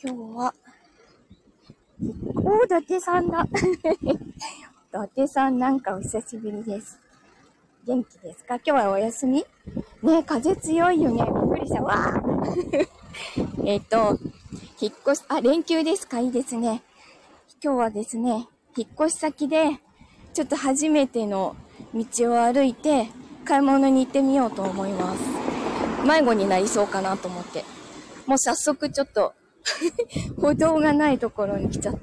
今日は、伊達さんだ。伊達さんなんかお久しぶりです。元気ですか？今日はお休み？ね、風強いよね。びっくりした。わー引っ越し、連休ですか？いいですね。今日はですね、引っ越し先で、ちょっと初めての道を歩いて、買い物に行ってみようと思います。迷子になりそうかなと思って。もう早速ちょっと、歩道がないところに来ちゃった。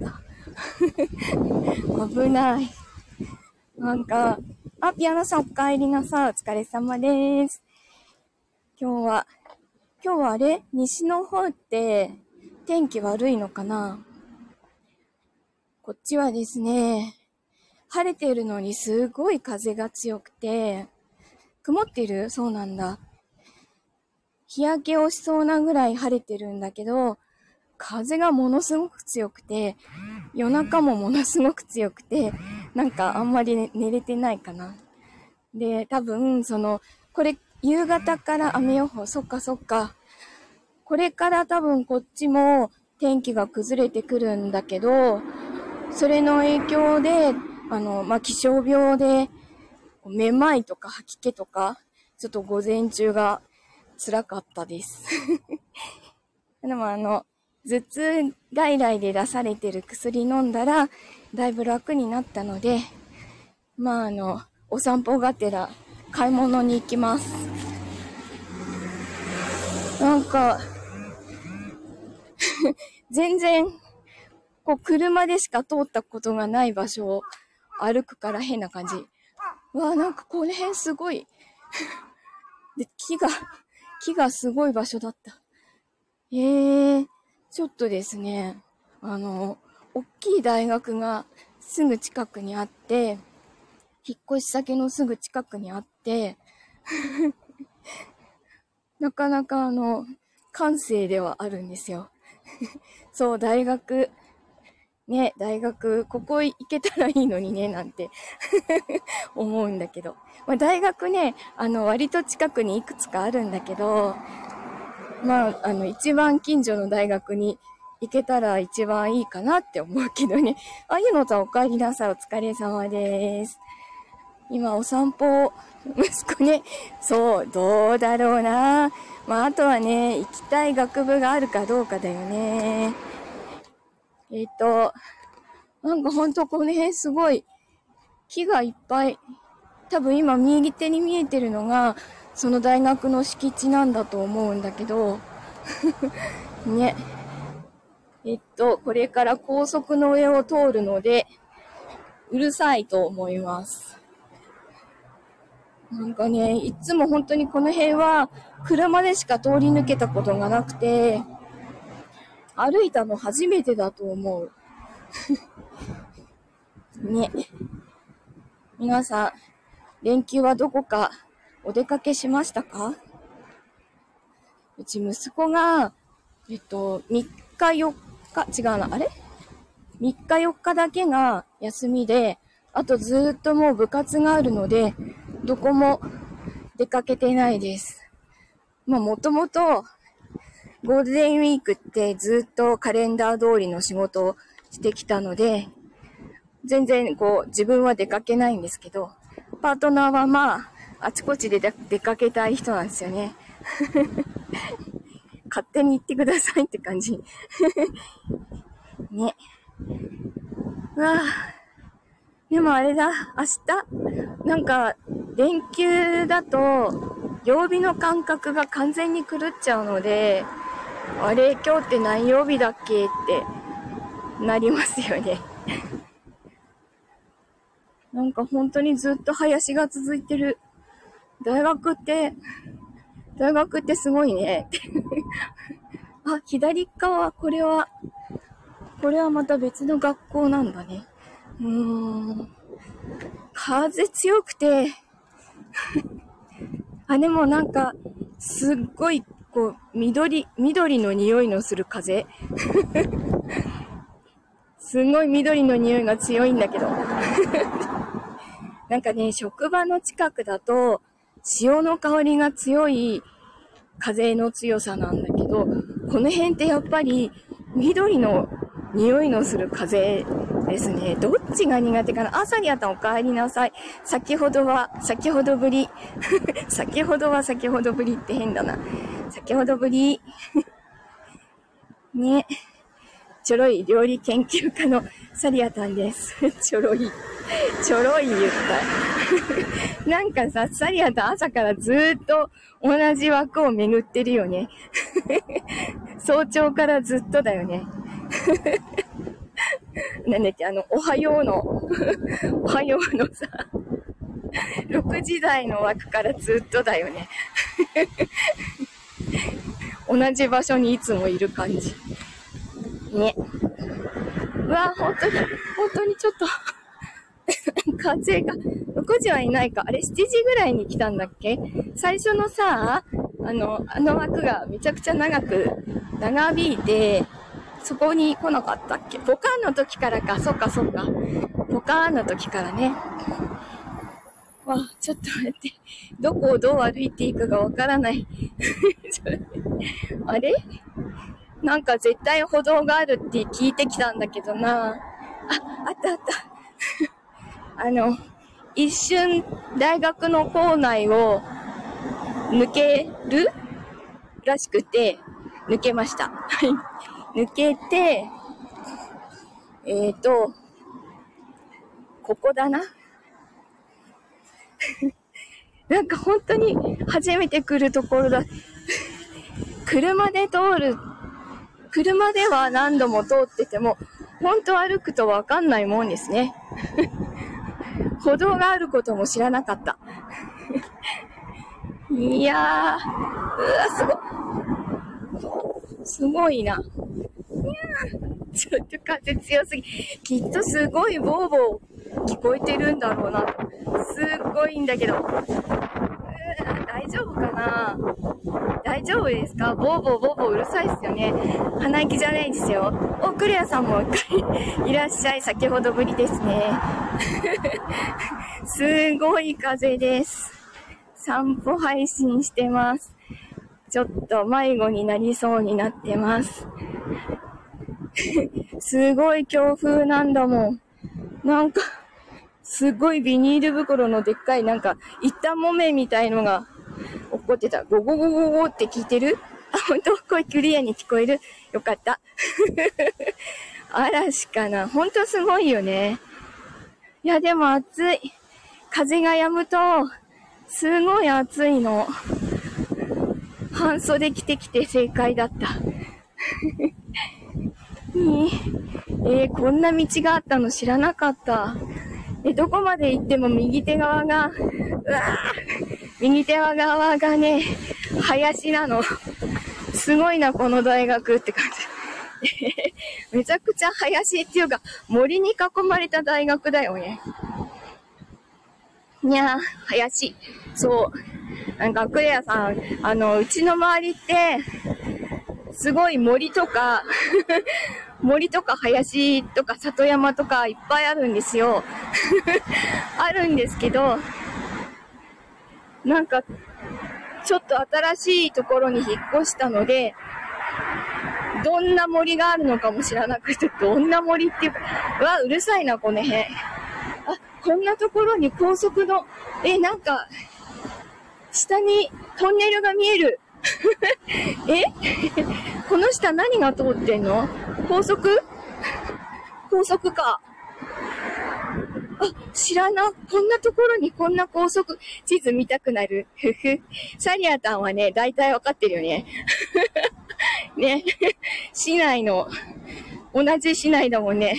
危ない。なんか、ピアノさんお帰りなさい。お疲れ様です。今日はあれ？西の方って天気悪いのかな？こっちはですね、晴れてるのにすごい風が強くて、曇ってる？そうなんだ。日焼けをしそうなぐらい晴れてるんだけど、風がものすごく強くて、夜中もものすごく強くて、なんかあんまり寝れてないかな。で、多分、これ、夕方から雨予報、そっか。これから多分こっちも天気が崩れてくるんだけど、それの影響で、気象病で、めまいとか吐き気とか、ちょっと午前中が辛かったです。でも頭痛外来で出されてる薬飲んだら、だいぶ楽になったので、お散歩がてら買い物に行きます。なんか、全然、車でしか通ったことがない場所を歩くから変な感じ。なんかこの辺すごい。で、木がすごい場所だった。ちょっとですね、大きい大学がすぐ近くにあって、引っ越し先のすぐ近くにあって、なかなか閑静ではあるんですよ。そう、大学、ここ行けたらいいのにね、なんて思うんだけど。大学ね、割と近くにいくつかあるんだけど、一番近所の大学に行けたら一番いいかなって思うけどね。ゆのさんお帰りなさい。お疲れ様です。今お散歩、息子ね、そう、どうだろうな。あとはね、行きたい学部があるかどうかだよね。なんかほんとこの辺すごい、木がいっぱい、多分今右手に見えてるのが、その大学の敷地なんだと思うんだけど、ね。これから高速の上を通るので、うるさいと思います。なんかね、いつも本当にこの辺は車でしか通り抜けたことがなくて、歩いたの初めてだと思う。ね。皆さん、連休はどこかお出かけしましたか？うち息子が、3日4日、違うな、あれ ?3 日4日だけが休みで、あとずーっともう部活があるので、どこも出かけてないです。もともと、ゴールデンウィークってずっとカレンダー通りの仕事をしてきたので、全然自分は出かけないんですけど、パートナーはあちこちで出かけたい人なんですよね。勝手に行ってくださいって感じ。ね。でもあれだ、明日、なんか、連休だと、曜日の感覚が完全に狂っちゃうので、あれ、今日って何曜日だっけってなりますよね。なんか本当にずっと林が続いてる。大学ってすごいね。左側、これはまた別の学校なんだね。風強くて、でもなんか、すっごい、緑の匂いのする風。すごい緑の匂いが強いんだけど。なんかね、職場の近くだと、潮の香りが強い風の強さなんだけど、この辺ってやっぱり緑の匂いのする風ですね。どっちが苦手かな。あ、サリアタンお帰りなさい。先ほどぶり。先ほどぶりって変だな。先ほどぶり。ね。ちょろい料理研究家のサリアタンです。ちょろい言った。なんかさ、サリアタン朝からずーっと同じ枠を巡ってるよね。早朝からずっとだよね。なんだっけ、おはようのさ、6時台の枠からずっとだよね。同じ場所にいつもいる感じ。ね。うわ、本当にちょっと、風が、6時はいないか。あれ、7時ぐらいに来たんだっけ？最初のさ、あの枠がめちゃくちゃ長引いて、そこに来なかったっけ？ポカーンの時からか。そっか。ポカーンの時からね。わ、ちょっと待って。どこをどう歩いていくかわからない。あれ？なんか絶対歩道があるって聞いてきたんだけどな。あった。一瞬大学の構内を抜けるらしくて、抜けました。はい。抜けて、ここだな。なんか本当に初めて来るところだ。車では何度も通ってても、本当歩くとわかんないもんですね。歩道があることも知らなかった。いやー、すごいな。ちょっと風強すぎ。きっとすごいボーボー聞こえてるんだろうな。すっごいんだけど。大丈夫かな？大丈夫ですか？ボーボーうるさいですよね。鼻息じゃないですよ。お、クレアさんもいらっしゃい。先ほどぶりですね。すごい風です。散歩配信してます。ちょっと迷子になりそうになってます。すごい強風なんだもん。なんか、すごいビニール袋のでっかいなんか、一旦もめみたいのが起こってた。ゴゴゴゴゴって聞いてる？あ、ほんと声クリアに聞こえる？よかった。嵐かな。ほんとすごいよね。いや、でも暑い。風が止むと、すごい暑いの。半袖着てきて正解だった。こんな道があったの知らなかった。どこまで行っても右手側がね、林なの。すごいな、この大学って感じ。めちゃくちゃ林っていうか、森に囲まれた大学だよね。いやー、林。そう。なんか、クレアさん、うちの周りって、すごい森とか林とか里山とかいっぱいあるんですよ。あるんですけど、なんか、ちょっと新しいところに引っ越したので、どんな森があるのかも知らなくて、どんな森っていうか、うるさいな、この辺。あ、こんなところに高速の、なんか、下にトンネルが見える。この下何が通ってんの？高速か。あ、知らな。こんなところにこんな高速、地図見たくなる。サリアタンはね、大体わかってるよね。ね。市内の、同じ市内だもんね。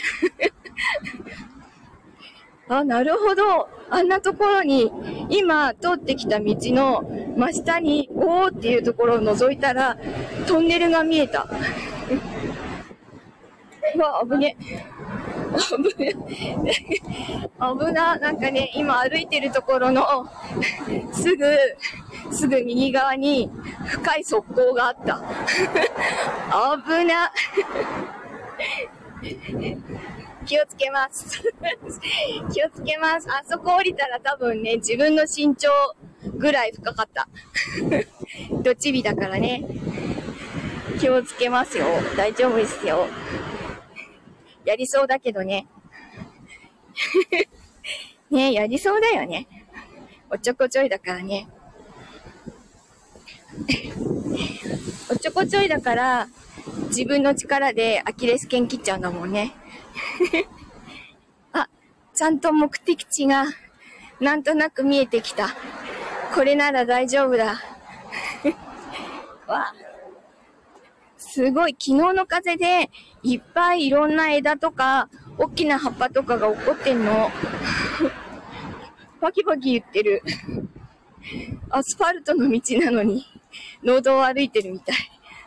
あ、なるほど。あんなところに、今通ってきた道の真下に、ゴーっていうところを覗いたら、トンネルが見えた。うわ、危ね。危な。なんかね、今歩いてるところの、すぐ右側に深い側溝があった。危な。気をつけます。気をつけます。あそこ降りたら多分ね、自分の身長ぐらい深かった。どっちびだからね。 気をつけますよ。大丈夫ですよ。やりそうだけどね。ね、やりそうだよね。おっちょこちょいだからね。おっちょこちょいだから、自分の力でアキレス腱切っちゃうんだもんね。あ、ちゃんと目的地がなんとなく見えてきた。これなら大丈夫だ。わ、すごい、昨日の風でいっぱいいろんな枝とか大きな葉っぱとかが起こってんの。パキパキ言ってる。アスファルトの道なのに農道を歩いてるみたい。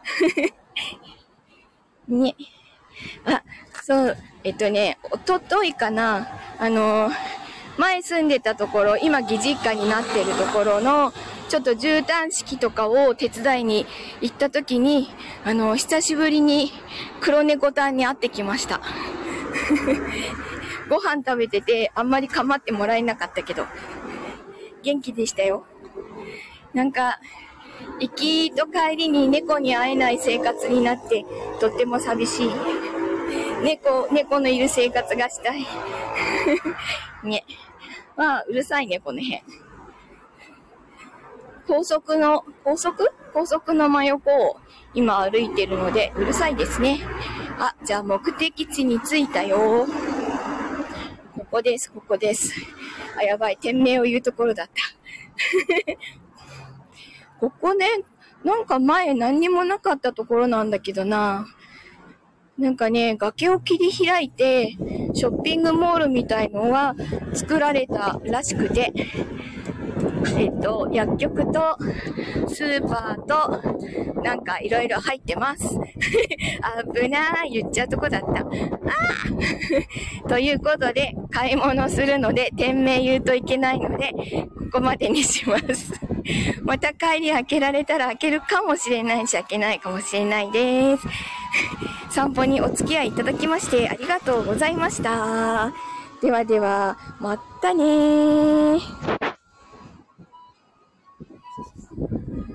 ね。あ、そう、一昨日かな、前住んでたところ、今義実家になってるところの、ちょっと絨毯敷とかを手伝いに行った時に、久しぶりに黒猫さんに会ってきました。ご飯食べてて、あんまり構ってもらえなかったけど、元気でしたよ。なんか、行きと帰りに猫に会えない生活になって、とっても寂しい。猫のいる生活がしたい。ね。まあ、うるさいね、この辺。高速の真横を今歩いてるので、うるさいですね。あ、じゃあ目的地に着いたよ。ここです。あ、やばい、店名を言うところだった。ここね、なんか前何にもなかったところなんだけどな。なんかね、崖を切り開いて、ショッピングモールみたいのが作られたらしくて、薬局とスーパーとなんかいろいろ入ってます。危ない、言っちゃうとこだった。ということで、買い物するので、店名言うといけないので、ここまでにします。また帰り開けられたら開けるかもしれないし、開けないかもしれないです。散歩にお付き合いいただきましてありがとうございました。ではでは、またねー。